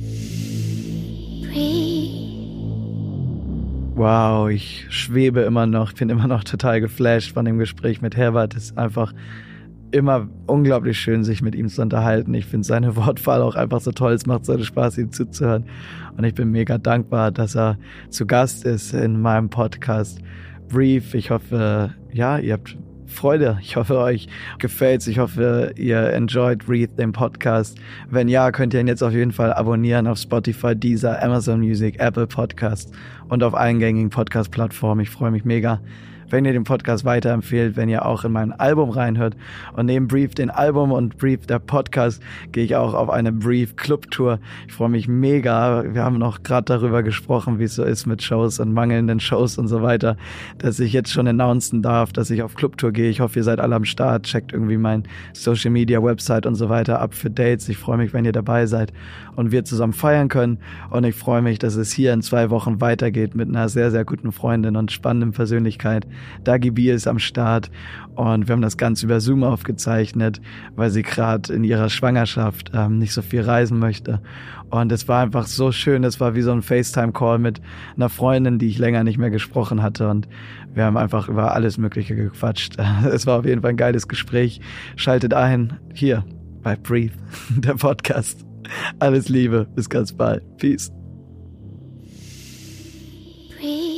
Wow, ich schwebe immer noch, bin immer noch total geflasht von dem Gespräch mit Herbert. Es ist einfach immer unglaublich schön, sich mit ihm zu unterhalten. Ich finde seine Wortwahl auch einfach so toll. Es macht so Spaß, ihm zuzuhören. Und ich bin mega dankbar, dass er zu Gast ist in meinem Podcast Brief. Ich hoffe, ja, ihr habt Freude. Ich hoffe, euch gefällt's. Ich hoffe, ihr enjoyed Breathe, den Podcast. Wenn ja, könnt ihr ihn jetzt auf jeden Fall abonnieren auf Spotify, Deezer, Amazon Music, Apple Podcasts und auf allen gängigen Podcast-Plattformen. Ich freue mich mega, wenn ihr den Podcast weiterempfehlt, wenn ihr auch in mein Album reinhört. Und neben Brief, den Album und Brief, der Podcast, gehe ich auch auf eine Brief Club Tour. Ich freue mich mega. Wir haben noch gerade darüber gesprochen, wie es so ist mit Shows und mangelnden Shows und so weiter, dass ich jetzt schon announcen darf, dass ich auf Club Tour gehe. Ich hoffe, ihr seid alle am Start. Checkt irgendwie mein Social Media, Website und so weiter ab für Dates. Ich freue mich, wenn ihr dabei seid und wir zusammen feiern können. Und ich freue mich, dass es hier in 2 Wochen weitergeht mit einer sehr, sehr guten Freundin und spannenden Persönlichkeit. Dagi B ist am Start und wir haben das Ganze über Zoom aufgezeichnet, weil sie gerade in ihrer Schwangerschaft nicht so viel reisen möchte. Und es war einfach so schön, es war wie so ein FaceTime-Call mit einer Freundin, die ich länger nicht mehr gesprochen hatte, und wir haben einfach über alles Mögliche gequatscht. Es war auf jeden Fall ein geiles Gespräch. Schaltet ein, hier bei Breathe, der Podcast. Alles Liebe, bis ganz bald. Peace. Breathe.